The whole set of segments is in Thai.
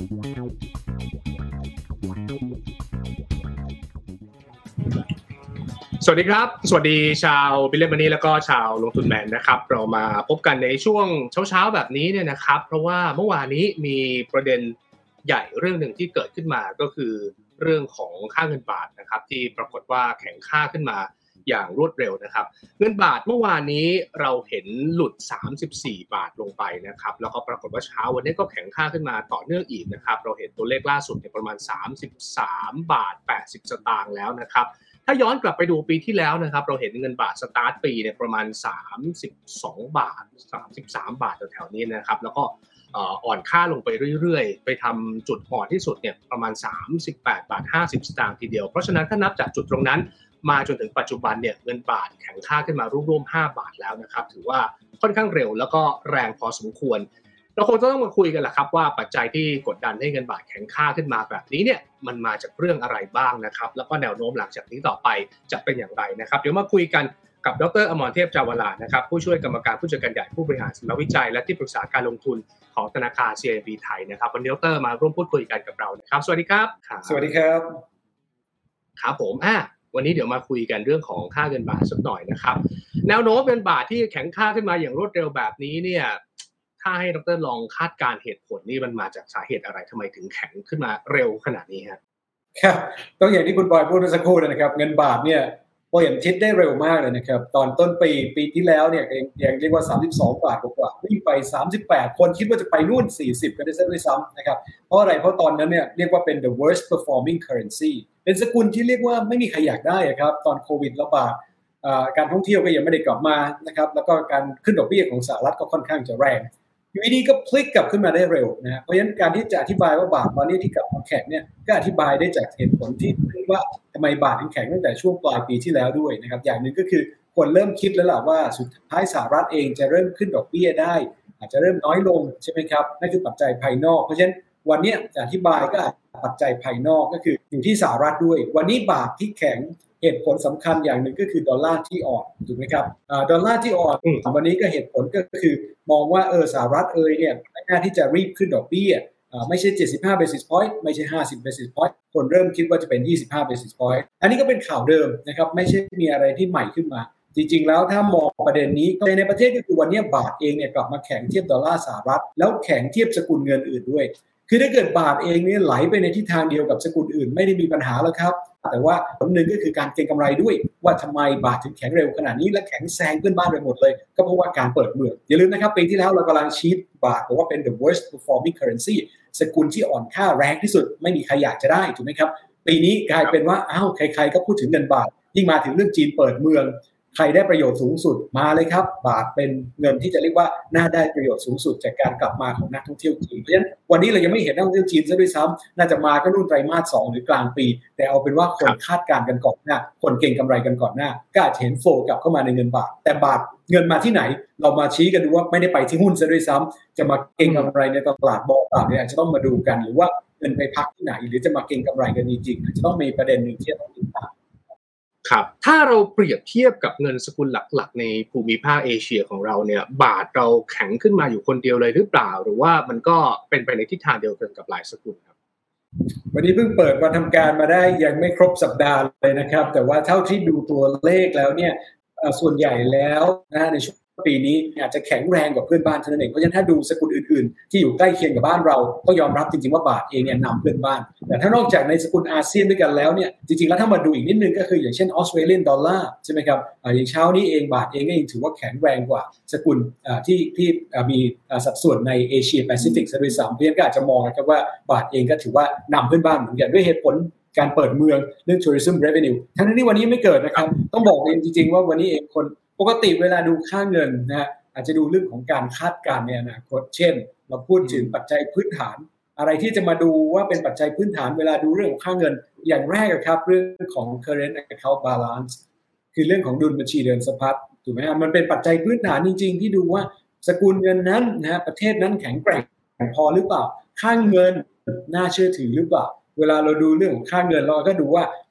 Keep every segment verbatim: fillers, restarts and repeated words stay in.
สวัสดีครับสวัสดีชาวบิลเลอร์มันนี่แล้วก็ชาวลงทุนแมนนะครับเรามาพบกันในช่วงเช้าๆแบบนี้เนี่ยนะครับเพราะว่าเมื่อวานนี้มีประเด็นใหญ่เรื่องหนึ่งที่เกิดขึ้นมาก็คือเรื่องของค่าเงินบาทนะครับที่ปรากฏว่าแข็งค่าขึ้นมาอย่างรวดเร็วนะครับเงินบาทเมื่อวานนี้เราเห็นหลุดสามสิบสี่บาทลงไปนะครับแล้วก็ปรากฏว่าเช้าวันนี้ก็แข็งค่าขึ้นมาต่อเนื่องอีกนะครับเราเห็นตัวเลขล่าสุดเนี่ยประมาณสามสิบสามบาทแปดสิบสตางค์แล้วนะครับถ้าย้อนกลับไปดูปีที่แล้วนะครับเราเห็นเงินบาทสตาร์ทปีเนี่ยประมาณสามสิบสองบาทสามสิบสามบาทแถวๆนี้นะครับแล้วก็อ่อนค่าลงไปเรื่อยๆไปทำจุดอ่อนที่สุดเนี่ยประมาณสามสิบแปดบาทห้าสิบสตางค์ทีเดียวเพราะฉะนั้นถ้านับจากจุดตรงนั้นมาจนถึงปัจจุบันเนี่ยเงินบาทแข็งค่าขึ้นมาร่วมๆห้าบาทแล้วนะครับถือว่าค่อนข้างเร็วแล้วก็แรงพอสมควรเราคงต้องมาคุยกันแหละครับว่าปัจจัยที่กดดันให้เงินบาทแข็งค่าขึ้นมาแบบนี้เนี่ยมันมาจากเรื่องอะไรบ้างนะครับแล้วก็แนวโน้มหลังจากนี้ต่อไปจะเป็นอย่างไรนะครับเดี๋ยวมาคุยกันกับดร.อมรเทพจาวรานะครับผู้ช่วยกรรมการผู้จัดการใหญ่ผู้บริหารสำนักวิจัยและที่ปรึกษาการลงทุนของธนาคาร ซี ไอ บี ไทยนะครับวันนี้ดร.มาร่วมพูดคุยกันกับเรานะครับสวัสดีครับสวัสดีครับครับผมอ่ะวันนี้เดี๋ยวมาคุยกันเรื่องของค่าเงินบาทสักหน่อยนะครับแนวโน้มเงินบาทที่แข็งค่าขึ้นมาอย่างรวดเร็วแบบนี้เนี่ยถ้าให้ดร.ลองคาดการเหตุผลนี่มันมาจากสาเหตุอะไรทำไมถึงแข็งขึ้นมาเร็วขนาดนี้ครับครับต้องอย่างที่คุณบอยพูดเมื่อสักครู่นะครับเงินบาทเนี่ยเปลี่ยนทิศได้เร็วมากเลยนะครับตอนต้นปีปีที่แล้วเนี่ยยังเรียกว่าสามสิบสองบาทกว่าๆวิ่งไปสามสิบแปดคนคิดว่าจะไปนู่นสี่สิบก็ได้ซะด้วยซ้ำนะครับเพราะอะไรเพราะตอนนั้นเนี่ยเรียกว่าเป็น the worst performing currency เป็นสกุลที่เรียกว่าไม่มีใครอยากได้ครับตอนโควิดระบาดการท่องเที่ยวก็ยังไม่ได้กลับมานะครับแล้วก็การขึ้นดอกเบี้ยของสหรัฐก็ค่อนข้างจะแรงอยู่ดีก็พลิกกลับขึ้นมาได้เร็วนะฮะเพราะฉะนั้นการที่จะอธิบายว่าบาทตอนนี้ที่กลับมาแข็งเนี่ยก็อธิบายได้จากเหตุผลที่ว่าทำไมบาทถึงแข็งตั้งแต่ช่วงปลายปีที่แล้วด้วยนะครับอย่างหนึ่งก็คือคนเริ่มคิดแล้วล่ะว่าสุดท้ายสหรัฐเองจะเริ่มขึ้นดอกเบี้ยได้อาจจะเริ่มน้อยลงใช่ไหมครับนั่นคือปัจจัยภายนอกเพราะฉะนั้นวันนี้จะอธิบายก็ปัจจัยภายนอกก็คืออยู่ที่สหรัฐด้วยวันนี้บาทที่แข็งเหตุผลสำคัญอย่างหนึ่งก็คือดอลลาร์ที่อ่อนถูกไหมครับดอลลาร์ที่อ่อนวันนี้ก็เหตุผลก็คือมองว่าเออสหรัฐเอยเนี่ยน่าที่จะรีบขึ้นดอกเบี้ยไม่ใช่เจ็ดสิบห้า basis point ไม่ใช่ห้าสิบ basis point คนเริ่มคิดว่าจะเป็นยี่สิบห้า basis point อันนี้ก็เป็นข่าวเดิมนะครับไม่ใช่มีอะไรที่ใหม่ขึ้นมาจริงๆแล้วถ้ามองประเด็นนี้ในประเทศก็คือวันนี้บาทเองเนี่ยกลับมาแข็งเทียบดอลลาร์สหรัฐแล้วแข็งเทียบสกุลเงินอื่นด้วยคือถ้าเกิดบาทเองเนี่ยไหลไปในทิศทางเดียวกับสกุลอื่นไม่ได้มีปัญหาแล้วครับแต่ว่าผลหนึ่งก็คือการเก็งกำไรด้วยว่าทำไมบาทถึงแข็งเร็วขนาดนี้และแข็งแซงเพื่อนบ้านไปหมดเลยก็เพราะว่าการเปิดเมืองอย่าลืมนะครับปีที่แล้วเรากำลังชี้บาทบอกว่าเป็น the worst performing currency สกุลที่อ่อนค่าแรงที่สุดไม่มีใครอยากจะได้ถูกไหมครับปีนี้กลายเป็นว่าอ้าวใครๆก็พูดถึงเงินบาทยิ่งมาถึงเรื่องจีนเปิดเมืองใครได้ประโยชน์สูงสุดมาเลยครับบาทเป็นเงินที่จะเรียกว่าน่าได้ประโยชน์สูงสุดจากการกลับมาของนักท่องเที่ยวจีนเพราะฉะนั้นวันนี้เรายังไม่เห็นนักท่องเที่ยวจีนซะด้วยซ้ำน่าจะมาก็นู่นไตรมาสสองหรือกลางปีแต่เอาเป็นว่าคนคาดการณ์กันก่อนหน้าคนเก็งกำไรกันก่อนหน้าก็อาจจะเห็นโฟกลับเข้ามาในเงินบาทแต่บาทเงินมาที่ไหนเรามาชี้กันดูว่าไม่ได้ไปที่หุ้นซะด้วยซ้ำจะมาเก็งกำไรในตลาดบอลต่างเนี่ยอาจจะต้องมาดูกันหรือว่าเงินไปพักที่ไหนหรือจะมาเก็งกำไรกันจริงๆอาจจะต้องมีประเด็นนึงที่ต้องติดตามครับถ้าเราเปรียบเทียบกับเงินสกุลหลักๆในภูมิภาคเอเชียของเราเนี่ยบาทเราแข็งขึ้นมาอยู่คนเดียวเลยหรือเปล่าหรือว่ามันก็เป็นไปในทิศทางเดียวกันกับหลายสกุลครับวันนี้เพิ่งเปิดวันทำการมาได้ยังไม่ครบสัปดาห์เลยนะครับแต่ว่าเท่าที่ดูตัวเลขแล้วเนี่ยส่วนใหญ่แล้วนะในช่วงปีนี้อาจจะแข็งแรงกว่าเพื่อนบ้านเท่านั้นเองเพราะฉะนั้นถ้าดูสกุลอื่นๆที่อยู่ใกล้เคียงกับบ้านเราก็ยอมรับจริงๆว่าบาทเองเนี่ยนำเพื่อนบ้านแต่ถ้านอกจากในสกุลอาเซียนด้วยกันแล้วเนี่ยจริงๆแล้วถ้ามาดูอีกนิดนึงก็คืออย่างเช่นออสเตรเลียนดอลลาร์ใช่ไหมครับอย่างเช้านี้เองบาทเองก็ยังถือว่าแข็งแรงกว่าสกุลที่ที่มีสัดส่วนในเอเชียแปซิฟิกซะด้วยซ้ำเพราะฉะนั้นก็อาจจะมองนะครับว่าบาทเองก็ถือว่านำเพื่อนบ้านเหมือนกันด้วยเหตุผลการเปิดเมืองเรื่อง tourism revenue ทั้งที่วันนี้ไม่เกิดนะครับต้องบอกเองจริงๆว่าวันนี้เองคนปกติเวลาดูค่าเงินนะฮะอาจจะดูเรื่องของการคาดการณ์ในอนาคตเช่นเราพูดถึงปัจจัยพื้นฐานอะไรที่จะมาดูว่าเป็นปัจจัยพื้นฐานเวลาดูเรื่องของค่าเงินอย่างแรกครับเรื่องของ current account balance คือเรื่องของดุลบัญชีเดินสะพัดถูกไหมครับมันเป็นปัจจัยพื้นฐานจริงๆที่ดูว่าสกุลเงินนั้นนะฮะประเทศนั้นแข็งแกร่งพอหรือเปล่าค่าเงินน่าเชื่อถือหรือเปล่าเวลาเราดูเรื่องของค่าเงินเราก็ดูว่า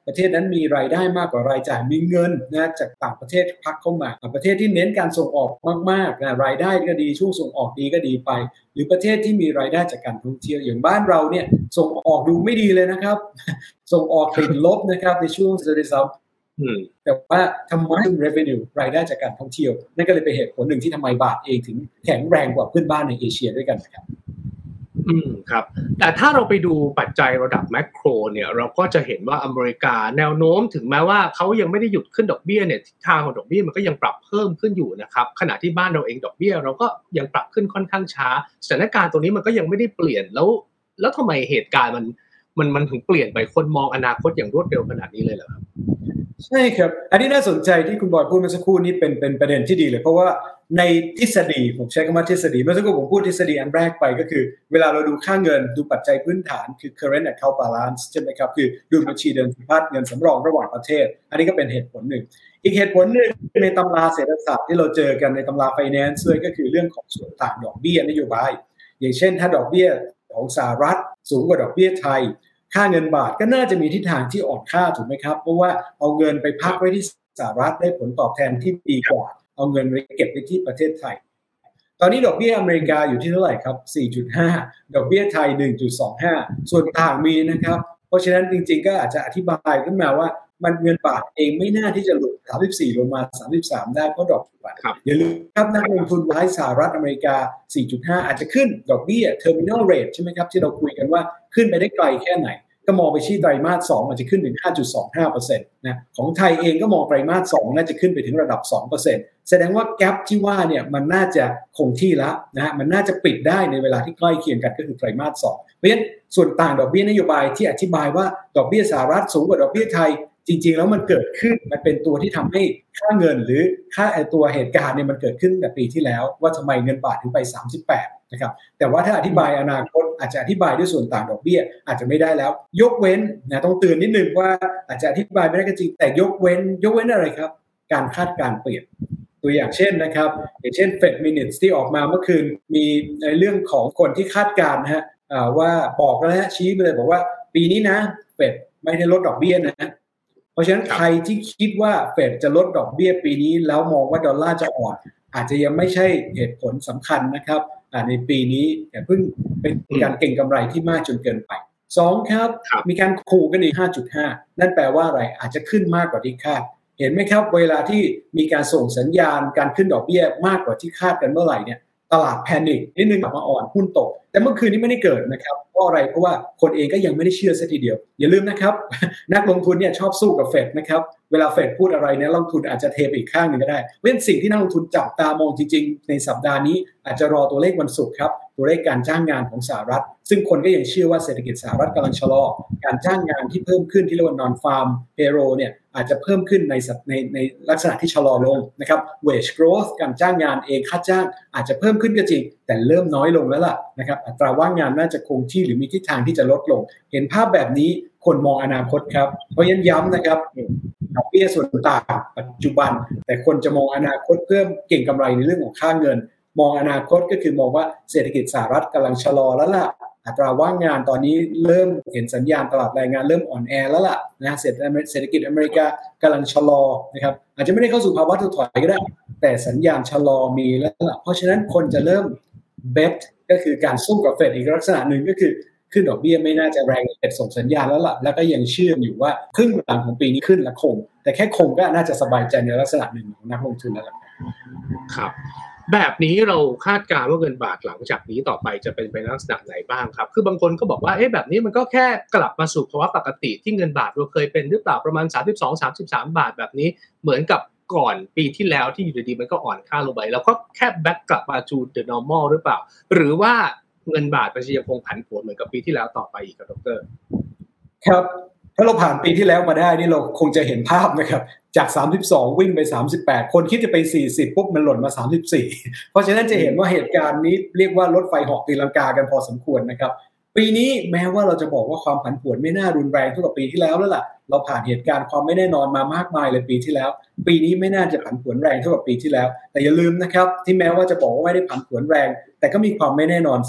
ประเทศนั้นมีรายได้มากกว่ารายจ่ายมีเงินนะจากต่างประเทศพักเข้ามาประเทศที่เน้นการส่งออกมากๆนะรายได้ก็ดีช่วงส่งออกดีก็ดีไปหรือประเทศที่มีรายได้จากการท่องเที่ยวอย่างบ้านเราเนี่ยส่งออกดูไม่ดีเลยนะครับส่งออกติดลบนะครับในช่วงเซอร์ซัมแต่ว่าทำไม revenue รายได้จากการท่องเที่ยวนั่นก็เลยเป็นเหตุผลหนึ่งที่ทำไมบาทเองถึงแข็งแรงกว่าเพื่อนบ้านในเอเชียด้วยกันครับอืมครับแต่ถ้าเราไปดูปัจจัยระดับแมคโครเนี่ยเราก็จะเห็นว่าอเมริกาแนวโน้มถึงแม้ว่าเขายังไม่ได้หยุดขึ้นดอกเบี้ยเนี่ยทิศทางของดอกเบี้ยมันก็ยังปรับเพิ่มขึ้นอยู่นะครับขณะที่บ้านเราเองดอกเบี้ยเราก็ยังปรับขึ้นค่อนข้างช้าสถานการณ์ตรงนี้มันก็ยังไม่ได้เปลี่ยนแล้วแล้วทำไมเหตุการณ์มันมันมันถึงเปลี่ยนไปคนมองอนาคตอย่างรวดเร็วขนาดนี้เลยเหรอครับใช่ครับอันนี้น่าสนใจที่คุณบอยพูดเมื่อสักครู่นี้เป็นเป็นประเด็นที่ดีเลยเพราะว่าในทฤษฎีผมใช้คำว่าทฤษฎีเมื่อสักครู่ผมพูดทฤษฎีอันแรกไปก็คือเวลาเราดูค่าเงินดูปัจจัยพื้นฐานคือ current account balance ใช่ไหมครับคือดูบัญชีเดินสะพัดเงินสำรองระหว่างประเทศอันนี้ก็เป็นเหตุผลหนึ่งอีกเหตุผลหนึ่งในตำราเศรษฐศาสตร์ที่เราเจอกันในตำรา finance ด้วยก็คือเรื่องของส่วนต่างดอกเบี้ยนโยบายอย่างเช่นถ้าดอกเบี้ยของสหรัฐสูงกว่าดอกเบี้ยไทยค่าเงินบาทก็น่าจะมีทิศทางที่อ่อนค่าถูกไหมครับเพราะว่าเอาเงินไปพักไว้ที่สหรัฐได้ผลตอบแทนที่ดีกว่าเอาเงินไปเก็บไว้ที่ประเทศไทยตอนนี้ดอกเบี้ยอเมริกาอยู่ที่เท่าไหร่ครับ สี่จุดห้า ดอกเบี้ยไทย หนึ่งจุดสองห้า ส่วนต่างมีนะครับเพราะฉะนั้นจริงๆก็อาจจะอธิบายขึ้นมาว่ามันเงินบาทเองไม่น่าที่จะหลุดสามสิบสี่ลงมาสามสิบสามได้เพราะดอกบาทอย่าลืมครับนักลงทุนไว้สหรัฐอเมริกา สี่จุดห้า อาจจะขึ้นดอกเบี้ย terminal rate ใช่ไหมครับที่เราคุยกันว่าขึ้นไปได้ไกลแค่ไหนก็มองไปที่ไตรมาสสองอาจจะขึ้นถึง ห้าจุดสองห้าเปอร์เซ็นต์ นะของไทยเองก็มองไตรมาสสองน่าจะขึ้นไปถึงระดับ สองเปอร์เซ็นต์ แสดงว่าแกปที่ว่าเนี่ยมันน่าจะคงที่ละนะฮะมันน่าจะปิดได้ในเวลาที่ใกล้เคียงกันก็คือไตรมาสสองเพราะฉะนั้นส่วนต่างดอกเบี้ยนโยบายที่อธิบายว่าดอกเบี้ยสหรัฐสูงกว่าดอกเบี้ยไทยจริงๆแล้วมันเกิดขึ้นมันเป็นตัวที่ทำให้ค่าเงินหรือค่าไอตัวเหตุการณ์เนี่ยมันเกิดขึ้นแต่ปีที่แล้วว่าทำไมเงินบาทถึงไปสามสิบแปดนะครับแต่ว่าถ้าอธิบายอนาคตอาจจะอธิบายด้วยส่วนต่างดอกเบี้ยอาจจะไม่ได้แล้วยกเว้นนะต้องเตือนนิดนึงว่าอาจจะอธิบายไม่ได้ก็จริงแต่ยกเว้นยกเว้นอะไรครับการคาดการณ์เปลี่ยนตัวอย่างเช่นนะครับอย่างเช่น Fed Minutes ที่ออกมาเมื่อคืนมีในเรื่องของคนที่คาดการณ์นะฮะว่าบอกแล้วนะชี้ไปเลยบอกว่าปีนี้นะ Fed ไม่ได้ลดดอกเบี้ยนะเพราะฉะนั้นใครที่คิดว่าเฟดจะลดดอกเบี้ยปีนี้แล้วมองว่าดอลลาร์จะอ่อนอาจจะยังไม่ใช่เหตุผลสำคัญนะครับในปีนี้อย่าเพิ่งเป็นการเก็งกำไรที่มากจนเกินไปสองครับมีการขู่กันอีก ห้าจุดห้า นั่นแปลว่าอะไรอาจจะขึ้นมากกว่าที่คาดเห็นไหมครับเวลาที่มีการส่งสัญญาณการขึ้นดอกเบี้ยมากกว่าที่คาดกันเมื่อไหร่เนี่ยตลาดแพนิคนิดนึงกลับมาอ่อนหุ้นตกแต่เมื่อคืนนี้ไม่ได้เกิดนะครับเพราะอะไรเพราะว่าคนเองก็ยังไม่ได้เชื่อซะทีเดียวอย่าลืมนะครับนักลงทุนเนี่ยชอบสู้กับเฟดนะครับเวลาเฟดพูดอะไรเนี่ยนักลงทุนอาจจะเทไปอีกข้างหนึ่งก็ได้เพราะฉะนั้นสิ่งที่นักลงทุนจับตามองจริงๆในสัปดาห์นี้อาจจะรอตัวเลขวันศุกร์ครับตัวเลขการจ้างงานของสหรัฐซึ่งคนก็ยังเชื่อว่าเศรษฐกิจสหรัฐกำลังชะลอการจ้างงานที่เพิ่มขึ้นที่เรียกว่า non farm payroll เนี่ยอาจจะเพิ่มขึ้นในในในลักษณะที่ชะลอลงนะครับ wage growth การจ้างงานเองค่าจ้างอาจจะเพิ่มขึ้นก็จริงแต่เริ่มน้อยลงแล้วล่ะนะครับอัตราว่างงานน่าจะคงที่หรือมีทิศทางที่จะลดลงเห็นภาพแบบนี้คนมองอนาคตครับเพราะฉะนั้นย้ำนะครับดอกเบี้ยส่วนต่างปัจจุบันแต่คนจะมองอนาคตเพิ่มเก่งกำไรในเรื่องของค่าเงินมองอนาคตก็คือมองว่าเศรษฐกิจสหรัฐกำลังชะลอแล้วล่ะอัตราว่างงานตอนนี้เริ่มเห็นสัญญาณตลาดแรงงานเริ่มอ่อนแอแล้วล่ะนะเศรษฐกิจอเมริกากำลังชะลอนะครับอาจจะไม่ได้เข้าสู่ภาวะถดถอยก็ได้แต่สัญญาณชะลอมีแล้วล่ะเพราะฉะนั้นคนจะเริ่มเบทก็คือการสู้กับเฟดอีกลักษณะหนึ่งก็คือขึ้นดอกเบี้ยไม่น่าจะแรงเฟดส่งสัญญาณแล้วล่ะแล้วก็ยังเชื่ออยู่ว่าครึ่งหลังของปีนี้ขึ้นและคงแต่แค่คงก็น่าจะสบายใจในลักษณะหนึ่งของนักลงทุนแล้วล่ะครับแบบนี้เราคาดการณ์ว่าเงินบาทหลังจากนี้ต่อไปจะเป็นไปในลักษณะไหนบ้างครับคือบางคนก็บอกว่าเอ๊ะแบบนี้มันก็แค่กลับมาสู่ภาวะปกติที่เงินบาทเราเคยเป็นหรือเปล่าประมาณสามสิบสอง สามสิบสามบาทแบบนี้เหมือนกับก่อนปีที่แล้วที่อยู่ดีๆมันก็อ่อนค่าลงไปแล้วก็แค่แบ็คกลับมาจู the normal หรือเปล่าหรือว่าเงินบาทมันจะยังคงผันผวนเหมือนกับปีที่แล้วต่อไปอีกครับดร. ครับถ้าเราผ่านปีที่แล้วมาได้นี่เราคงจะเห็นภาพนะครับจากสามสิบสองวิ่งไปสามสิบแปดคนคิดจะไปสี่สิบปุ๊บมันหล่นมาสามสิบสี่เพราะฉะนั้นจะเห็นว่าเหตุการณ์นี้เรียกว่ารถไฟเหาะตีลังกากันพอสมควรนะครับปีนี้แม้ว่าเราจะบอกว่าความผันผวนไม่น่ารุนแรงเท่ากับปีที่แล้วแล้วล่ะเราผ่านเหตุการณ์ความไม่แน่นอนมามากมายเลยปีที่แล้วปีนี้ไม่น่าจะผันผวนแรงเท่ากับปีที่แล้วแต่อย่าลืมนะครับที่แม้ว่าจะบอกว่าไม่ได้ผันผวนแรงแต่ก็มีความไม่แน่นอนสูง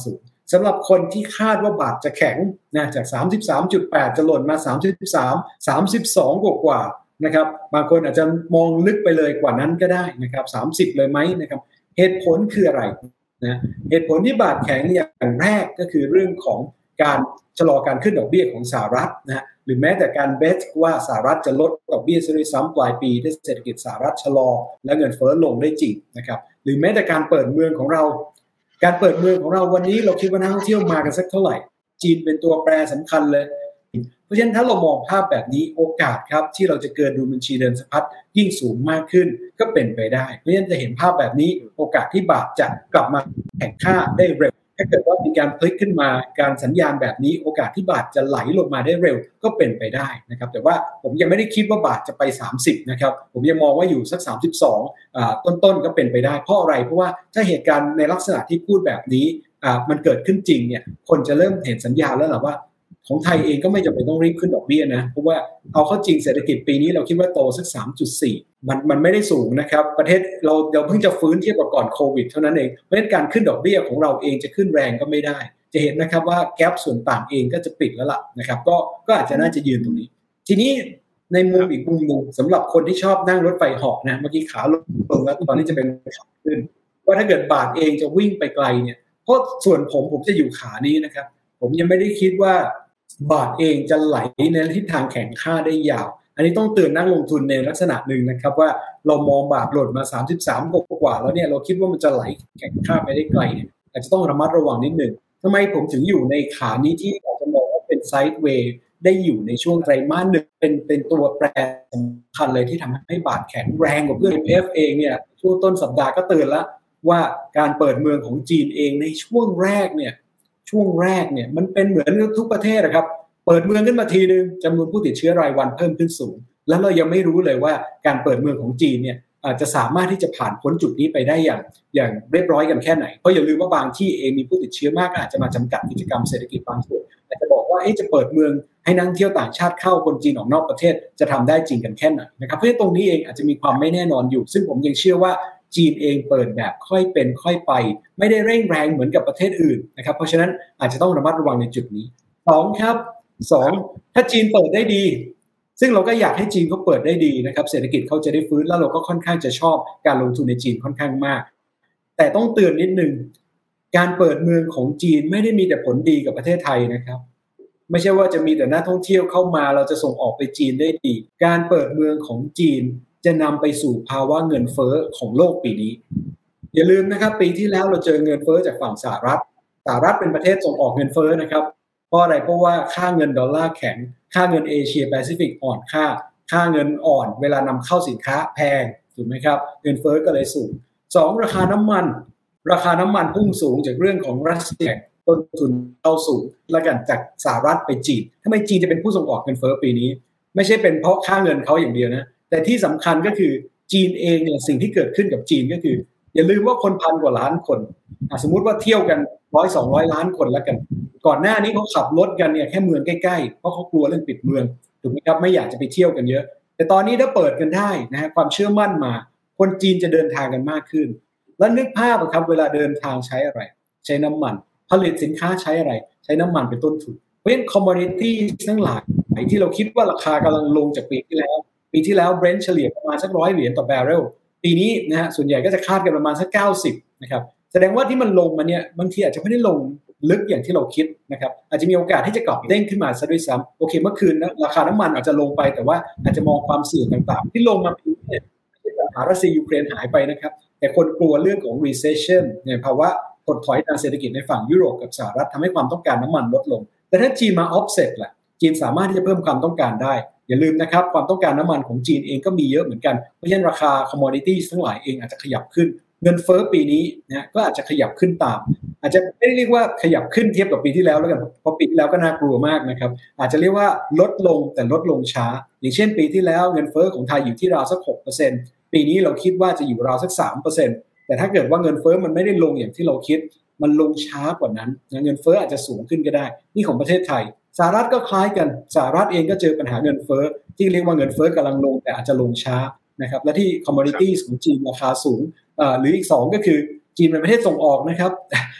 สำหรับคนที่คาดว่าบาทจะแข็งนะจาก สามสิบสามจุดแปด จะหล่นมา สามสิบสาม สามสิบสอง กว่ากว่านะครับบางคนอาจจะมองลึกไปเลยกว่านั้นก็ได้นะครับสามสิบเลยไหมนะครับเหตุผลคืออะไรนะเหตุผลที่บาทแข็งอย่างแรกก็คือเรื่องของการชะลอการขึ้นดอกเบี้ยของสหรัฐนะหรือแม้แต่การเบสว่าสหรัฐจะลดดอกเบี้ยซะด้วยซ้ำปลายปีถ้าเศรษฐกิจสหรัฐชะลอและเงินเฟ้อลงได้จริงนะครับหรือแม้แต่การเปิดเมืองของเราการเปิดเมืองของเราวันนี้เราคิดว่านักท่องเที่ยวมากันสักเท่าไหร่จีนเป็นตัวแปรสำคัญเลยเพราะฉะนั้นถ้าเรามองภาพแบบนี้โอกาสครับที่เราจะเกินดุลบัญชีเดินสะพัดยิ่งสูงมากขึ้นก็เป็นไปได้เพราะฉะนั้นจะเห็นภาพแบบนี้โอกาสที่บาทจะกลับมาแข็งค่าได้เร็วถ้าเกิดว่ามีการพลิกขึ้นมาการสัญญาณแบบนี้โอกาสที่บาทจะไหลลงมาได้เร็วก็เป็นไปได้นะครับแต่ว่าผมยังไม่ได้คิดว่าบาทจะไปสามสิบนะครับผมยังมองว่าอยู่สักสามสิบสองอ่าต้นๆก็เป็นไปได้เพราะอะไรเพราะว่าถ้าเหตุการณ์ในลักษณะที่พูดแบบนี้อ่ามันเกิดขึ้นจริงเนี่ยคนจะเริ่มเห็นสัญญาณแล้วแหละว่าของไทยเองก็ไม่จำเป็นต้องรีบขึ้นดอกเบี้ยนะเพราะว่าเอาเข้าจริงเศรษฐกิจปีนี้เราคิดว่าโตสัก สามจุดสี่ มันมันไม่ได้สูงนะครับประเทศเราเราเพิ่งจะฟื้นเทียบกับก่อนโควิดเท่านั้นเองเพราะฉะนั้นการขึ้นดอกเบี้ยของเราเองจะขึ้นแรงก็ไม่ได้จะเห็นนะครับว่าแกปส่วนต่างเองก็จะปิดแล้วล่ะนะครับก็ก็อาจจะน่าจะยืนตรงนี้ทีนี้ในมุมอีกมุมนึงสำหรับคนที่ชอบนั่งรถไฟเหาะนะเมื่อกี้ขาลงแล้วตอนนี้จะเป็นขาขึ้นว่าถ้าเกิดบาทเองจะวิ่งไปไกลเนี่ยเพราะส่วนผมผมจะอยู่ขานี้นะครับผมยังไม่ได้คิดว่าบาทเองจะไหลในทิศทางแข็งค่าได้ยาวอันนี้ต้องเตือนนักลงทุนในลักษณะหนึ่งนะครับว่าเรามองบาทหล่นมาสามสิบสามกว่าแล้วเนี่ยเราคิดว่ามันจะไหลแข็งค่าไปได้ไกลเนี่ยอาจจะต้องระมัดระวังนิดนึงทำไมผมถึงอยู่ในขานี้ที่อาจจะมองว่าเป็นไซด์เวย์ได้อยู่ในช่วงไตรมาสหนึ่งเป็นเป็นตัวแปรสำคัญเลยที่ทำให้บาทแข็งแรงกว่าเพื่อน เอ็ม เอฟ เองเนี่ยช่วงต้นสัปดาห์ก็เตือนแล้วว่าการเปิดเมืองของจีนเองในช่วงแรกเนี่ยช่วงแรกเนี่ยมันเป็นเหมือนทุกประเทศนะครับเปิดเมืองขึ้นมาทีนึงจำนวนผู้ติดเชื้อรายวันเพิ่มขึ้นสูงแล้วเรายังไม่รู้เลยว่าการเปิดเมืองของจีนเนี่ยอาจจะสามารถที่จะผ่านพ้นจุดนี้ไปได้อย่างอย่างเรียบร้อยกันแค่ไหนเพราะอย่าลืมว่าบางที่เองมีผู้ติดเชื้อมากอาจจะมาจำกัดกิจกรรมเศรษฐกิจบางส่วนอาจจะบอกว่าจะเปิดเมืองให้นักท่องเที่ยวต่างชาติเข้าคนจีนออกนอกประเทศจะทำได้จริงกันแค่ไหนนะครับเพราะฉะนั้นตรงนี้เองอาจจะมีความไม่แน่นอนอยู่ซึ่งผมยังเชื่อว่าจีนเองเปิดแบบค่อยเป็นค่อยไปไม่ได้เร่งแรงเหมือนกับประเทศอื่นนะครับเพราะฉะนั้นอาจจะต้องระมัดระวังในจุดนี้สองครับสองถ้าจีนเปิดได้ดีซึ่งเราก็อยากให้จีนเขาเปิดได้ดีนะครับเศรษฐกิจเขาจะได้ฟื้นแล้วเราก็ค่อนข้างจะชอบการลงทุนในจีนค่อนข้างมากแต่ต้องเตือนนิดนึงการเปิดเมืองของจีนไม่ได้มีแต่ผลดีกับประเทศไทยนะครับไม่ใช่ว่าจะมีแต่นักท่องเที่ยวเข้ามาเราจะส่งออกไปจีนได้ดีการเปิดเมืองของจีนจะนำไปสู่ภาวะเงินเฟ้อของโลกปีนี้อย่าลืมนะครับปีที่แล้วเราเจอเงินเฟ้อจากฝั่งสหรัฐสหรัฐเป็นประเทศส่งออกเงินเฟ้อนะครับเพราะอะไรเพราะว่าค่าเงินดอลลาร์แข็งค่าเงินเอเชียแปซิฟิกอ่อนค่าค่าเงินอ่อนเวลานำเข้าสินค้าแพงถูกไหมครับเงินเฟ้อก็เลยสูงสองราคาน้ำมันราคาน้ำมันพุ่งสูงจากเรื่องของรัสเซียต้นทุนเข้าสูงแล้วกันจากสหรัฐไปจีนทำไมจีนจะเป็นผู้ส่งออกเงินเฟ้อปีนี้ไม่ใช่เป็นเพราะค่าเงินเขาอย่างเดียวนะแต่ที่สำคัญก็คือจีนเองเนี่ยสิ่งที่เกิดขึ้นกับจีนก็คืออย่าลืมว่าคนพันกว่าล้านคนสมมุติว่าเที่ยวกันร้อยสองร้อยล้านคนแล้วกันก่อนหน้านี้เขาขับรถกันเนี่ยแค่เมืองใกล้ๆเพราะเขากลัวเรื่องปิดเมืองถูกไหมครับไม่อยากจะไปเที่ยวกันเยอะแต่ตอนนี้ถ้าเปิดกันได้นะฮะความเชื่อมั่นมาคนจีนจะเดินทางกันมากขึ้นแล้วนึกภาพครับเวลาเดินทางใช้อะไรใช้น้ำมันผลิตสินค้าใช้อะไรใช้น้ำมันเป็นต้นทุนเพราะฉะนั้นคอมมอดิตี้ทั้งหลายที่เราคิดว่าราคากำลังลงจากปีที่แล้วปีที่แล้วเบรนท์เฉลี่ยประมาณสักร้อยเหรียญต่อแบเรลปีนี้นะฮะส่วนใหญ่ก็จะคาดกันประมาณสักเก้าสิบนะครับแสดงว่าที่มันลงมาเนี่ยบางทีอาจจะไม่ได้ลงลึกอย่างที่เราคิดนะครับอาจจะมีโอกาสที่จะกลับเด้งขึ้นมาซะด้วยซ้ำโอเคเมื่อคืนนะราคาน้ำมันอาจจะลงไปแต่ว่าอาจจะมองความเสี่ยงต่างๆที่ลงมาปีนี้ปัญหารัสเซียยูเครนหายไปนะครับแต่คนกลัวเรื่องของ recession ในภาวะถดถอยทางเศรษฐกิจในฝั่งยุโรปกับสหรัฐทำให้ความต้องการน้ำมันลดลงแต่ถ้าจีนมา offset ล่ะจีนสามารถที่จะเพิ่มความต้องการได้อย่าลืมนะครับความต้องการน้ำมันของจีนเองก็มีเยอะเหมือนกันเพราะฉะนั้นราคา commodities ทั้งหลายเองอาจจะขยับขึ้นเงินเฟ้อปีนี้นะก็อาจจะขยับขึ้นตามอาจจะไม่ได้เรียกว่าขยับขึ้นเทียบกับปีที่แล้วแล้วกันเพราะปีที่แล้วก็น่ากลัวมากนะครับอาจจะเรียกว่าลดลงแต่ลดลงช้าอย่างเช่นปีที่แล้วเงินเฟ้อของไทยอยู่ที่ราวสัก หกเปอร์เซ็นต์ ปีนี้เราคิดว่าจะอยู่ราวสัก สามเปอร์เซ็นต์ แต่ถ้าเกิดว่าเงินเฟ้อมันไม่ได้ลงอย่างที่เราคิดมันลงช้ากว่านั้นเงินเฟ้ออาจจะสูงขึ้นก็ได้นี่ของประเทศไทยสหรัฐก็คล้ายกันสหรัฐเองก็เจอปัญหาเงินเฟ้อที่เรียกว่าเงินเฟ้อกำลังลงแต่อาจจะลงช้านะครับและที่ commodities ของจีนราคาสูงหรืออีกสองก็คือจีนเป็นประเทศส่งออกนะครับ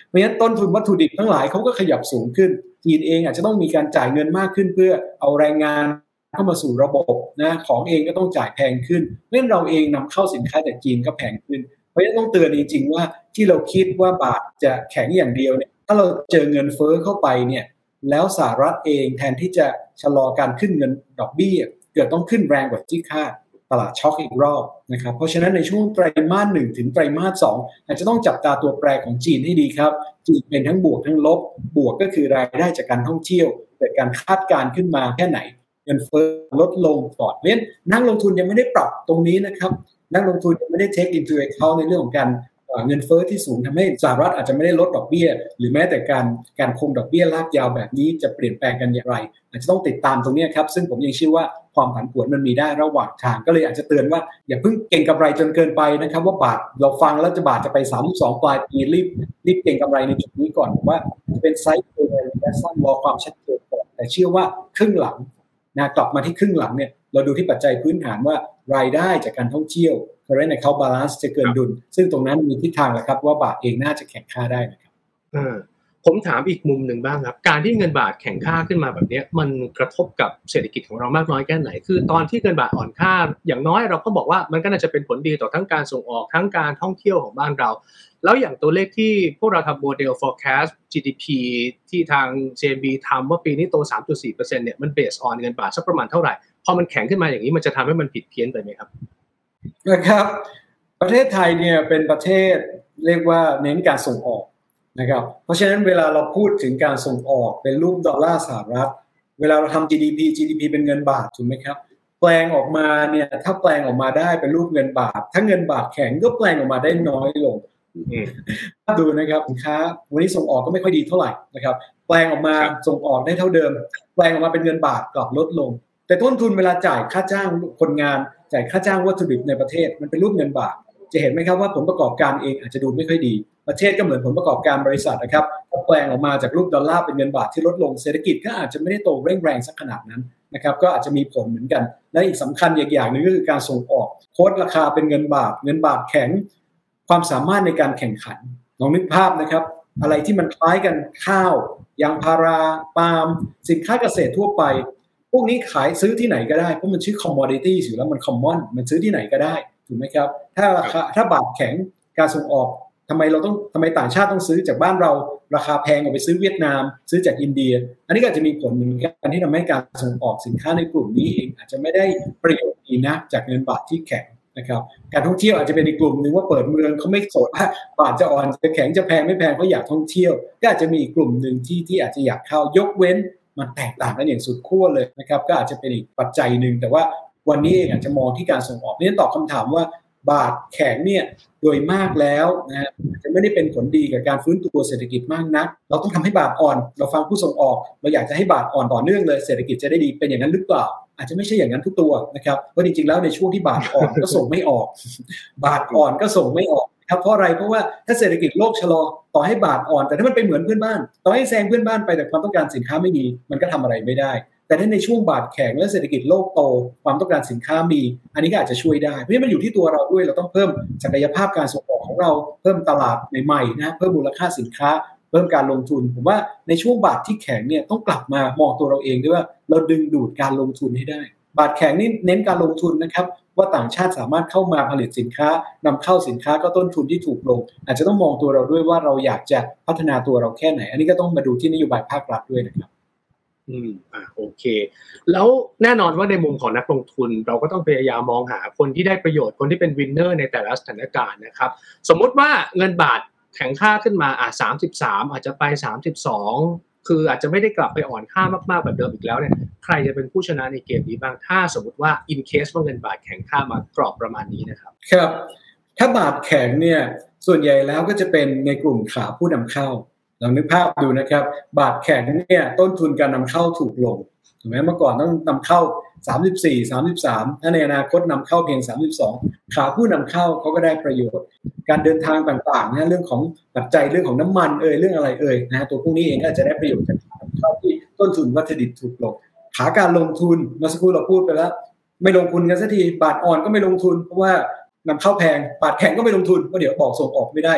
เพราะฉะนั้นต้นทุนวัตถุดิบทั้งหลายเขาก็ขยับสูงขึ้นจีนเองอาจจะต้องมีการจ่ายเงินมากขึ้นเพื่อเอาแรงงานเข้ามาสู่ระบบนะของเองก็ต้องจ่ายแพงขึ้นเพราะฉะนั้นเราเองนำเข้าสินค้าจากจีนก็แพงขึ้นเพราะฉะนั้นต้องเตือนจริงๆว่าที่เราคิดว่าบาทจะแข็งอย่างเดียวเนี่ยถ้าเราเจอเงินเฟ้อเข้าไปเนี่ยแล้วสหรัฐเองแทนที่จะชะลอการขึ้นเงินดอกเบี้ยเกิดต้องขึ้นแรงกว่าที่คาดตลาดช็อกอีกรอบนะครับเพราะฉะนั้นในช่วงไตรมาสหนึ่งถึงไตรมาสสองอาจจะต้องจับตาตัวแปรของจีนให้ดีครับจีนเป็นทั้งบวกทั้งลบบวกก็คือรายได้จากการท่องเที่ยวเกิดการคาดการณ์ขึ้นมาแค่ไหนเงินเฟ้อลดลงก่อนเพราะฉะนั้นนักลงทุนยังไม่ได้ปรับตรงนี้นะครับนักลงทุนยังไม่ได้ take into account ในเรื่องของการเงินเฟ้อที่สูงทำให้สหรัฐอาจจะไม่ได้ลดดอกเบี้ยหรือแม้แต่การการคงดอกเบี้ยลากยาวแบบนี้จะเปลี่ยนแปลงกันอย่างไรอาจจะต้องติดตามตรงนี้ครับซึ่งผมยังเชื่อว่าความผันผวนมันมีได้ระหว่างทางก็เลยอาจจะเตือนว่าอย่าเพิ่งเก็งกำไรจนเกินไปนะครับว่าบาทเราฟังแล้วจะบาทจะไปสามสิบสองปลายปีรีบรีบเก็งกำไรในจุดนี้ก่อนผมว่าจะเป็นไซส์เวลและสั้นรอความชัดเจนก่อนแต่เชื่อว่าครึ่งหลังนะกลับมาที่ครึ่งหลังเนี่ยเราดูที่ปัจจัยพื้นฐานว่ารายได้จากการท่องเที่ยวcurrent account balance จะเกินดุลซึ่งตรงนั้นมีทิศทางแล้วครับว่าบาทเองน่าจะแข็งค่าได้นะครับผมถามอีกมุมหนึ่งบ้างครับการที่เงินบาทแข็งค่าขึ้นมาแบบนี้มันกระทบกับเศรษฐกิจของเรามากน้อยแค่ไหนคือตอนที่เงินบาทอ่อนค่าอย่างน้อยเราก็บอกว่ามันก็น่าจะเป็นผลดีต่อทั้งการส่งออกทั้งการท่องเที่ยวของบ้านเราแล้วอย่างตัวเลขที่พวกเราทำโมเดล forecast จี ดี พี ที่ทาง ซี เอ็ม บี ทำว่าปีนี้โต สามจุดสี่เปอร์เซ็นต์ เนี่ยมัน based on เงินบาทสักประมาณเท่าไหร่พอมันแข็งขึ้นมาอย่างนี้มันจะทำให้มันผิดเพี้ยนไปไหมครับนะครับประเทศไทยเนี่ยเป็นประเทศเรียกว่าเน้นการส่งออกนะครับเพราะฉะนั้นเวลาเราพูดถึงการส่งออกเป็นรูปดอลลาร์สหรัฐเวลาเราทำ จี ดี พี จี ดี พี เป็นเงินบาทถูกไหมครับแปลงออกมาเนี่ยถ้าแปลงออกมาได้เป็นรูปเงินบาทถ้าเงินบาทแข็งก็แปลงออกมาได้น้อยลงดูนะครับสินค้าวันนี้ส่งออกก็ไม่ค่อยดีเท่าไหร่นะครับแปลงออกมาส่งออกได้เท่าเดิมแปลงออกมาเป็นเงินบาทกลับลดลงแต่ต้นทุนเวลาจ่ายค่าจ้างคนงานจ่ายค่าจ้างวัตถุดิบในประเทศมันเป็นรูปเงินบาทจะเห็นไหมครับว่าผลประกอบการเองอาจจะดูไม่ค่อยดีประเทศก็เหมือนผลประกอบการบริษัทนะครับถ้าแปลงออกมาจากรูปดอลลาร์เป็นเงินบาทที่ลดลงเศรษฐกิจก็อาจจะไม่ได้โตเร่งแรงสักขนาดนั้นนะครับก็อาจจะมีผลเหมือนกันและอีกสำคัญอย่างนึงก็คือการส่งออกโค้ดราคาเป็นเงินบาทเงินบาทแข็งความสามารถในการแข่งขันลองนึกภาพนะครับอะไรที่มันคล้ายกันข้าวยางพาราปาล์มสินค้าเกษตรทั่วไปพวกนี้ขายซื้อที่ไหนก็ได้เพราะมันชื่อ commodity อยู่แล้วมัน common มันซื้อที่ไหนก็ได้ถูกไหมครับถ้าราคาถ้าบาทแข็งการส่งออกทำไมเราต้องทำไมต่างชาติต้องซื้อจากบ้านเราราคาแพงออกไปซื้อเวียดนามซื้อจากอินเดียอันนี้ก็จะมีผลเหมือนกันที่ทำให้การส่งออกสินค้าในกลุ่มนี้เองอาจจะไม่ได้ประโยชน์ดีนะจากเงินบาทที่แข็งนะครับการท่องเที่ยวอาจจะเป็นอีกกลุ่มนึงว่าเปิดเมืองเขาไม่สนว่าบาทจะอ่อนจะแข็งจะแพงไม่แพงเขาอยากท่องเที่ยวก็อาจจะมีอีกกลุ่มนึงที่ที่อาจจะอยากเข้ายกเว้นมันแตกต่างกันอย่างสุดขั้วเลยนะครับก็อาจจะเป็นอีกปัจจัยนึงแต่ว่าวันนี้เองอาจจะมองที่การส่งออกนี่ตอบคำถามว่าบาทแข็งเนี่ยโดยมากแล้วนะจะไม่ได้เป็นผลดีกับการฟื้นตัวเศรษฐกิจมากนักเราต้องทำให้บาทอ่อนเราฟังผู้ส่งออกเราอยากจะให้บาทอ่อนต่อเนื่องเลยเศรษฐกิจจะได้ดีเป็นอย่างนั้นหรือเปล่าอาจจะไม่ใช่อย่างนั้นทุกตัวนะครับเพราะจริงๆแล้วในช่วงที่บาทอ่อนก็ส่งไม่ออกบาทอ่อนก็ส่งไม่ออกครับเพราะอะไรเพราะว่าถ้าเศรษฐกิจโลกชะลอต่อให้บาทอ่อนแต่ถ้ามันไปเหมือนเพื่อนบ้านต่อให้แซงเพื่อนบ้านไปแต่ความต้องการสินค้าไม่ดีมันก็ทำอะไรไม่ได้แต่ถ้าในช่วงบาทแข็งและเศรษฐกิจโลกโตความต้องการสินค้ามีอันนี้ก็อาจจะช่วยได้เพราะฉะนั้นมันอยู่ที่ตัวเราด้วยเราต้องเพิ่มศักยภาพการส่งออกของเราเพิ่มตลาดใหม่ๆนะเพิ่มมูลค่าสินค้าเพิ่มการลงทุนผมว่าในช่วงบาทที่แข็งเนี่ยต้องกลับมามองตัวเราเองด้วยว่าเราดึงดูดการลงทุนให้ได้บาทแข็งนี่เน้นการลงทุนนะครับว่าต่างชาติสามารถเข้ามาผลิตสินค้านำเข้าสินค้าก็ต้นทุนที่ถูกลงอาจจะต้องมองตัวเราด้วยว่าเราอยากจะพัฒนาตัวเราแค่ไหนอันนี้ก็ต้องมาดูที่นโยบายภาครัฐด้วยนะครับอืมอ่าโอเคแล้วแน่นอนว่าในมุมของนักลงทุนเราก็ต้องพยายามมองหาคนที่ได้ประโยชน์คนที่เป็นวินเนอร์ในแต่ละสถานการณ์นะครับสมมุติว่าเงินบาทแข็งค่าขึ้นมาอ่ะสามสิบสามอาจจะไปสามสิบสองคืออาจจะไม่ได้กลับไปอ่อนค่ามากๆแบบเดิมอีกแล้วเนี่ยใครจะเป็นผู้ชนะในเกมนี้บ้างถ้าสมมติว่า in case ว่าเงินบาทแข็งค่ามากรอบประมาณนี้นะครับครับถ้าบาทแข็งเนี่ยส่วนใหญ่แล้วก็จะเป็นในกลุ่มขาผู้นำเข้าลองนึกภาพดูนะครับบาทแข็งเนี่ยต้นทุนการนำเข้าถูกลงถูกไหมเมื่อก่อนต้องนำเข้าสามสิบสี่ สามสิบสามถ้าในอนาคตนำเข้าเพียงสามสิบสองขาผู้นำเข้าเขาก็ได้ประโยชน์การเดินทางต่างๆนะเรื่องของปัจจัยเรื่องของน้ำมันเอ่ยเรื่องอะไรเอ่ยนะตัวพวกนี้เองก็จะได้ประโยชน์จากการนำเข้าที่ต้นทุนวัตถุดิบถูกลงขาการลงทุนเมื่อสักครู่เราพูดไปแล้วไม่ลงทุนกันสักทีบาทอ่อนก็ไม่ลงทุนเพราะว่านำเข้าแพงบาทแข็งก็ไม่ลงทุนเพราะเดี๋ยวบอกส่งออกไม่ได้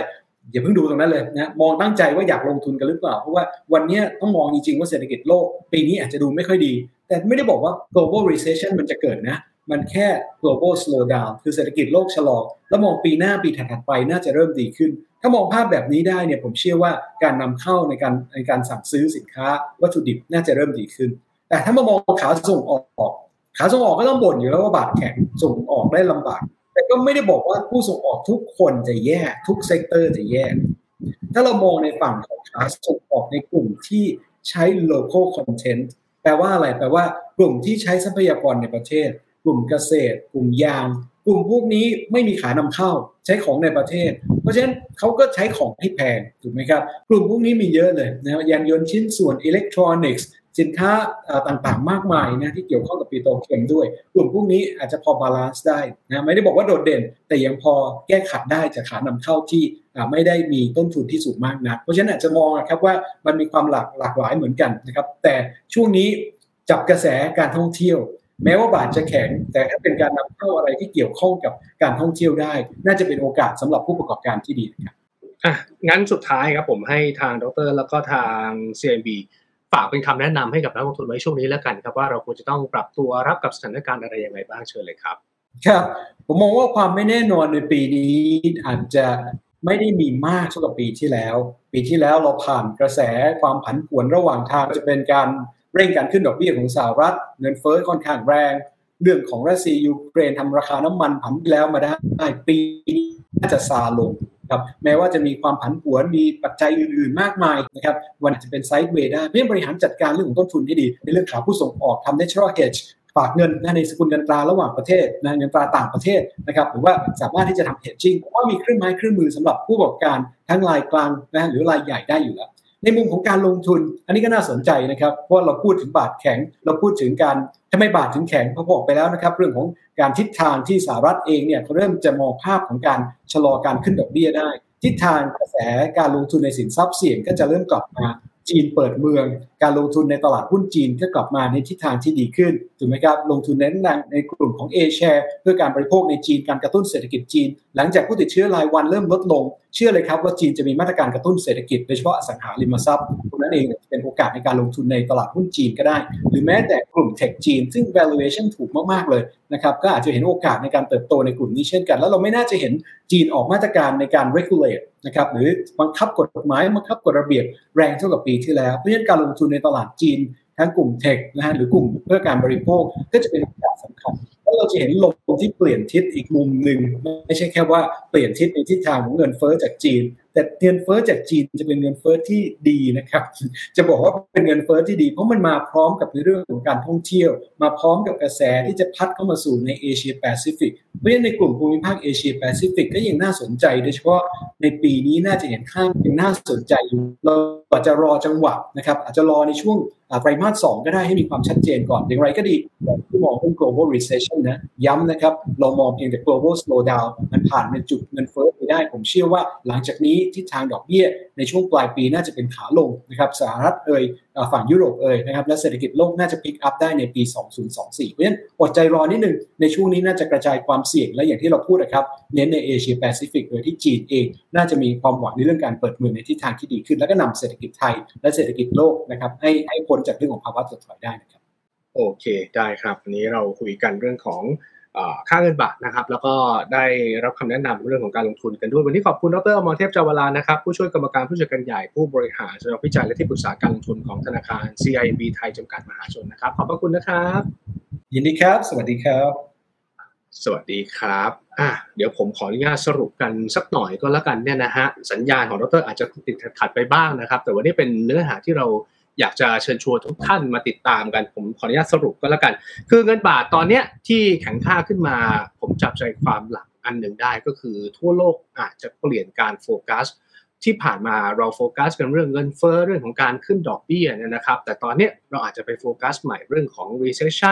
อย่าเพิ่งดูตรงนั้นเลยนะมองตั้งใจว่าอยากลงทุนกันหรือเปล่าเพราะว่าวันนี้ต้องมองจริงๆว่าเศรษฐกิจโลกปีนี้อาจจะดูไม่ค่อยดีแต่ไม่ได้บอกว่า global recession มันจะเกิดนะมันแค่ global slowdown คือเศรษฐกิจโลกชะลอแล้วมองปีหน้าปีถัดๆไปน่าจะเริ่มดีขึ้นถ้ามองภาพแบบนี้ได้เนี่ยผมเชื่อว่าการนำเข้าในการในการสั่งซื้อสินค้าวัตถุดิบน่าจะเริ่มดีขึ้นแต่ถ้ามามองขาส่งออกขาส่งออกก็ต้องบ่นอยู่แล้วว่าบาทแข็งส่งออกได้ลำบากแต่ก็ไม่ได้บอกว่าผู้ส่งออกทุกคนจะแย่ทุกเซกเตอร์จะแย่ถ้าเรามองในฝั่งของขาส่งออกในกลุ่มที่ใช้ local content แปลว่าอะไรแปลว่ากลุ่มที่ใช้ทรัพยากรในประเทศกลุ่มเกษตรกลุ่มยางกลุ่มพวกนี้ไม่มีขานำเข้าใช้ของในประเทศเพราะฉะนั้นเขาก็ใช้ของที่แพงถูกไหมครับกลุ่มพวกนี้มีเยอะเลยนะยานยนต์ชิ้นส่วนอิเล็กทรอนิกส์สินค้าต่างๆมากมายนะที่เกี่ยวข้องกับปิโตรเคมด้วยกลุ่มพวกนี้อาจจะพอบาลานซ์ได้นะไม่ได้บอกว่าโดดเด่นแต่ยังพอแก้ขัดได้จากขานำเข้าที่ไม่ได้มีต้นทุนที่สูงมากนักเพราะฉะนั้นอาจจะมองนะครับว่ามันมีความหลากหลากหลายเหมือนกันนะครับแต่ช่วงนี้จับกระแสการท่องเที่ยวแม้ว่าบาทจะแข็งแต่ถ้าเป็นการนำเข้าอะไรที่เกี่ยวข้องกับการท่องเที่ยวได้น่าจะเป็นโอกาสสำหรับผู้ประกอบการที่ดีครับอ่ะงั้นสุดท้ายครับผมให้ทางดร.แล้วก็ทาง ซี ไอ บี ฝากเป็นคำแนะนำให้กับนักลงทุนไว้ช่วงนี้แล้วกันครับว่าเราควรจะต้องปรับตัวรับกับสถานการณ์อะไรยังไงบ้างเชิญเลยครับครับผมมองว่าความไม่แน่นอนในปีนี้อาจจะไม่ได้มีมากเท่ากับปีที่แล้วปีที่แล้วเราผ่านกระแสความผันผวนระหว่างทางจะเป็นการเร่งการขึ้นดอกเบี้ยของสหรัฐเงินเฟ้อค่อนข้างแรงเรื่องของรัสเซียยูเครนทำราคาน้ำมันผันแล้วมาได้ปีนี้น่าจะซาลงครับแม้ว่าจะมีความผันผวนมีปัจจัยอื่นๆมากมายนะครับวันอาจจะเป็นไซด์เวย์ได้เพื่อบริหารจัดการเรื่องของต้นทุนให้ดีในเรื่องขาผู้ส่งออกทำ natural hedge ฝากเงินในสกุลเงินตราระหว่างประเทศนะเงินตราต่างประเทศนะครับหรือว่าสามารถที่จะทำ hedging เพราะว่ามีเครื่องไม้เครื่องมือสำหรับผู้ประกอบการทั้งรายกลางนะหรือรายใหญ่ได้อยู่แล้วในมุมของการลงทุนอันนี้ก็น่าสนใจนะครับเพราะเราพูดถึงบาทแข็งเราพูดถึงการทำไมบาทถึงแข็งเพราะบอกไปแล้วนะครับเรื่องของการทิศทางที่สหรัฐเองเนี่ยเขาเริ่มจะมองภาพของการชะลอการขึ้นดอกเบี้ยได้ทิศทางกระแสการลงทุนในสินทรัพย์เสี่ยงก็จะเริ่มกลับมาจีนเปิดเมืองการลงทุนในตลาดหุ้นจีนก็กลับมาในทิศทางที่ดีขึ้นถูกไหมครับลงทุนในในกลุ่มของ A-share เพื่อการบริโภคในจีนการกระตุ้นเศรษฐกิจจีนหลังจากผู้ติดเชื้อรายวันเริ่มลดลงเชื่อเลยครับว่าจีนจะมีมาตรการกระตุ้นเศรษฐกิจโดยเฉพาะอสังหาริมทรัพย์ตรงนั้นเองเป็นโอกาสในการลงทุนในตลาดหุ้นจีนก็ได้หรือแม้แต่กลุ่มเทคจีนซึ่ง valuation ถูกมากๆเลยนะครับก็อาจจะเห็นโอกาสในการเติบโตในกลุ่มนี้เช่นกันแล้วเราไม่น่าจะเห็นจีนออกมาตรการในการ regulate นะครับหรือบังคับกฎหมายบังคับกฎระเบียบแรงเท่ากับปีที่แล้วเพราะฉะนั้นการลงทุนในตลาดจีนทั้งกลุ่มเทคนะฮะหรือกลุ่มเพื่อการบริโภคก็จะเป็นโอกาสสำคัญแล้วเราจะเห็นลมที่เปลี่ยนทิศอีกมุมหนึ่งไม่ใช่แค่ว่าเปลี่ยนทิศในทิศทางของเงินเฟ้อจากจีนแต่เงินเฟ้อจากจีนจะเป็นเงินเฟ้อที่ดีนะครับจะบอกว่าเป็นเงินเฟ้อที่ดีเพราะมันมาพร้อมกับในเรื่องของการท่องเที่ยวมาพร้อมกับกระแสที่จะพัดเข้ามาสู่ในเอเชียแปซิฟิกเพราะฉะนั้นในกลุ่มภูมิภาคเอเชียแปซิฟิกก็ยังน่าสนใจโดยเฉพาะในปีนี้น่าจะเห็นข้างยังน่าสนใจอยู่เราอาจจะรอจังหวะนะครับอาจจะรอในช่วงไตรมาสสองก็ได้ให้มีความชัดเจนก่อนอย่างไรก็ดีที่มองเรื่อง global recession นะย้ำนะครับเรามองเพียงแต่ global slowdown มันผ่านในจุดเงินเฟ้อไปได้ผมเชื่อว่าหลังจากนี้ทิศทางดอกเบี้ยในช่วงปลายปีน่าจะเป็นขาลงนะครับสหรัฐเอ่ยฝั่งยุโรปเอ่ยนะครับและเศรษฐกิจโลกน่าจะ pick up ได้ในปีสองพันยี่สิบสี่เพราะฉะนั้นอดใจรอนิดนึงในช่วงนี้น่าจะกระจายความเสี่ยงและอย่างที่เราพูดนะครับเน้นในเอเชียแปซิฟิกโดยที่จีนเองน่าจะมีความหวังในเรื่องการเปิดเมืองในทิศทางที่ดีขึ้นแล้วก็นำเศรษฐกิจไทยและเศรษฐกิจโลกนะครับให้ให้พ้นจากเรื่องของภาวะถดถอยได้นะครับโอเคได้ครับวันนี้เราคุยกันเรื่องของค่าเงินบาทนะครับแล้วก็ได้รับคำแนะนำเรื่องของการลงทุนกันด้วยวันนี้ขอบคุณดร.อมรเทพ จาวรานะครับผู้ช่วยกรรมการผู้จัดการใหญ่ผู้บริหารสำนักวิจัยและที่ปรึกษาการลงทุนของธนาคาร ซี ไอ บี ไทยจำกัดมหาชนนะครับขอบพระคุณนะครับยินดีครับสวัสดีครับสวัสดีครับอ่ะเดี๋ยวผมขออนุญาตสรุปกันสักหน่อยก็แล้วกันเนี่ยนะฮะสัญญาณของดร.อาจจะติดขัดไปบ้างนะครับแต่วันนี้เป็นเนื้อหาที่เราอยากจะเชิญชวนทุกท่านมาติดตามกันผมขออนุญาตสรุปก็แล้วกันคือเงินบาทตอนเนี้ยที่แข็งค่าขึ้นมาผมจับใจความหลักอันหนึ่งได้ก็คือทั่วโลกอาจจะเปลี่ยนการโฟกัสที่ผ่านมาเราโฟกัสกันเรื่องเงินเฟ้อเรื่องของการขึ้นดอกเบี้ยเนี่ยนะครับแต่ตอนนี้เราอาจจะไปโฟกัสใหม่เรื่องของ recession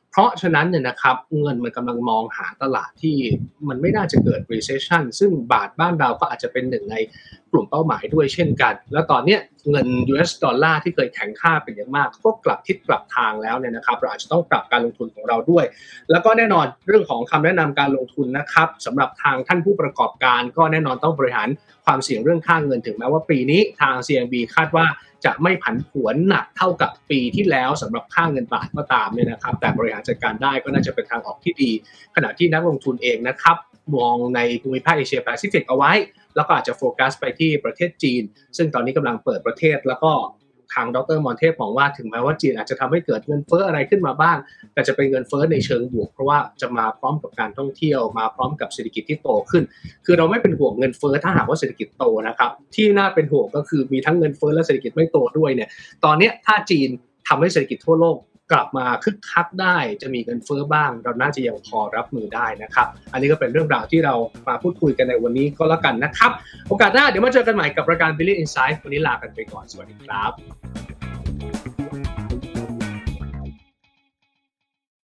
เพราะฉะนั้นเนี่ยนะครับเงินมันกำลังมองหาตลาดที่มันไม่น่าจะเกิด recession ซึ่งบาทบ้านเราก็อาจจะเป็นหนึ่งในกลุ่มเป้าหมายด้วยเช่นกันแล้วตอนนี้เงิน ยู เอส ดอลลาร์ที่เคยแข็งค่าเป็นอย่างมากก็กลับทิศกลับทางแล้วเนี่ยนะครับเราอาจจะต้องปรับการลงทุนของเราด้วยแล้วก็แน่นอนเรื่องของคำแนะนำการลงทุนนะครับสำหรับทางท่านผู้ประกอบการก็แน่นอนต้องบริหารความเสี่ยงเรื่องค่าเงินถึงแม้ว่าปีนี้ทาง ซี เอ็ม บี คาดว่าจะไม่ผันผวนหนักเท่ากับปีที่แล้วสำหรับค่าเงินบาทก็ตามเนี่ยนะครับแต่บริหารจัดการได้ก็น่าจะเป็นทางออกที่ดีขณะที่นักลงทุนเองนะครับมองในภูมิภาคเอเชียแปซิฟิกเอาไว้แล้วก็อาจจะโฟกัสไปที่ประเทศจีนซึ่งตอนนี้กำลังเปิดประเทศแล้วก็ทางดร.มอนเทพมองว่าถึงแม้ว่าจีนอาจจะทำให้เกิดเงินเฟ้ออะไรขึ้นมาบ้างแต่จะเป็นเงินเฟ้อในเชิงบวกเพราะว่าจะมาพร้อมกับการท่องเที่ยวมาพร้อมกับเศรษฐกิจที่โตขึ้นคือเราไม่เป็นห่วงเงินเฟ้อถ้าหากว่าเศรษฐกิจโตนะครับที่น่าเป็นห่วงก็คือมีทั้งเงินเฟ้อและเศรษฐกิจไม่โตด้วยเนี่ยตอนนี้ถ้าจีนทำให้เศรษฐกิจทั่วโลกกลับมาคึกคักได้จะมีเงินเฟ้อบ้างเราน่าจะยังพอรับมือได้นะครับอันนี้ก็เป็นเรื่องราวที่เรามาพูดคุยกันในวันนี้ก็แล้วกันนะครับโอกาสหน้าเดี๋ยวมาเจอกันใหม่กับรายการ Billion Insight วันนี้ลากันไปก่อนสวัสดีครับ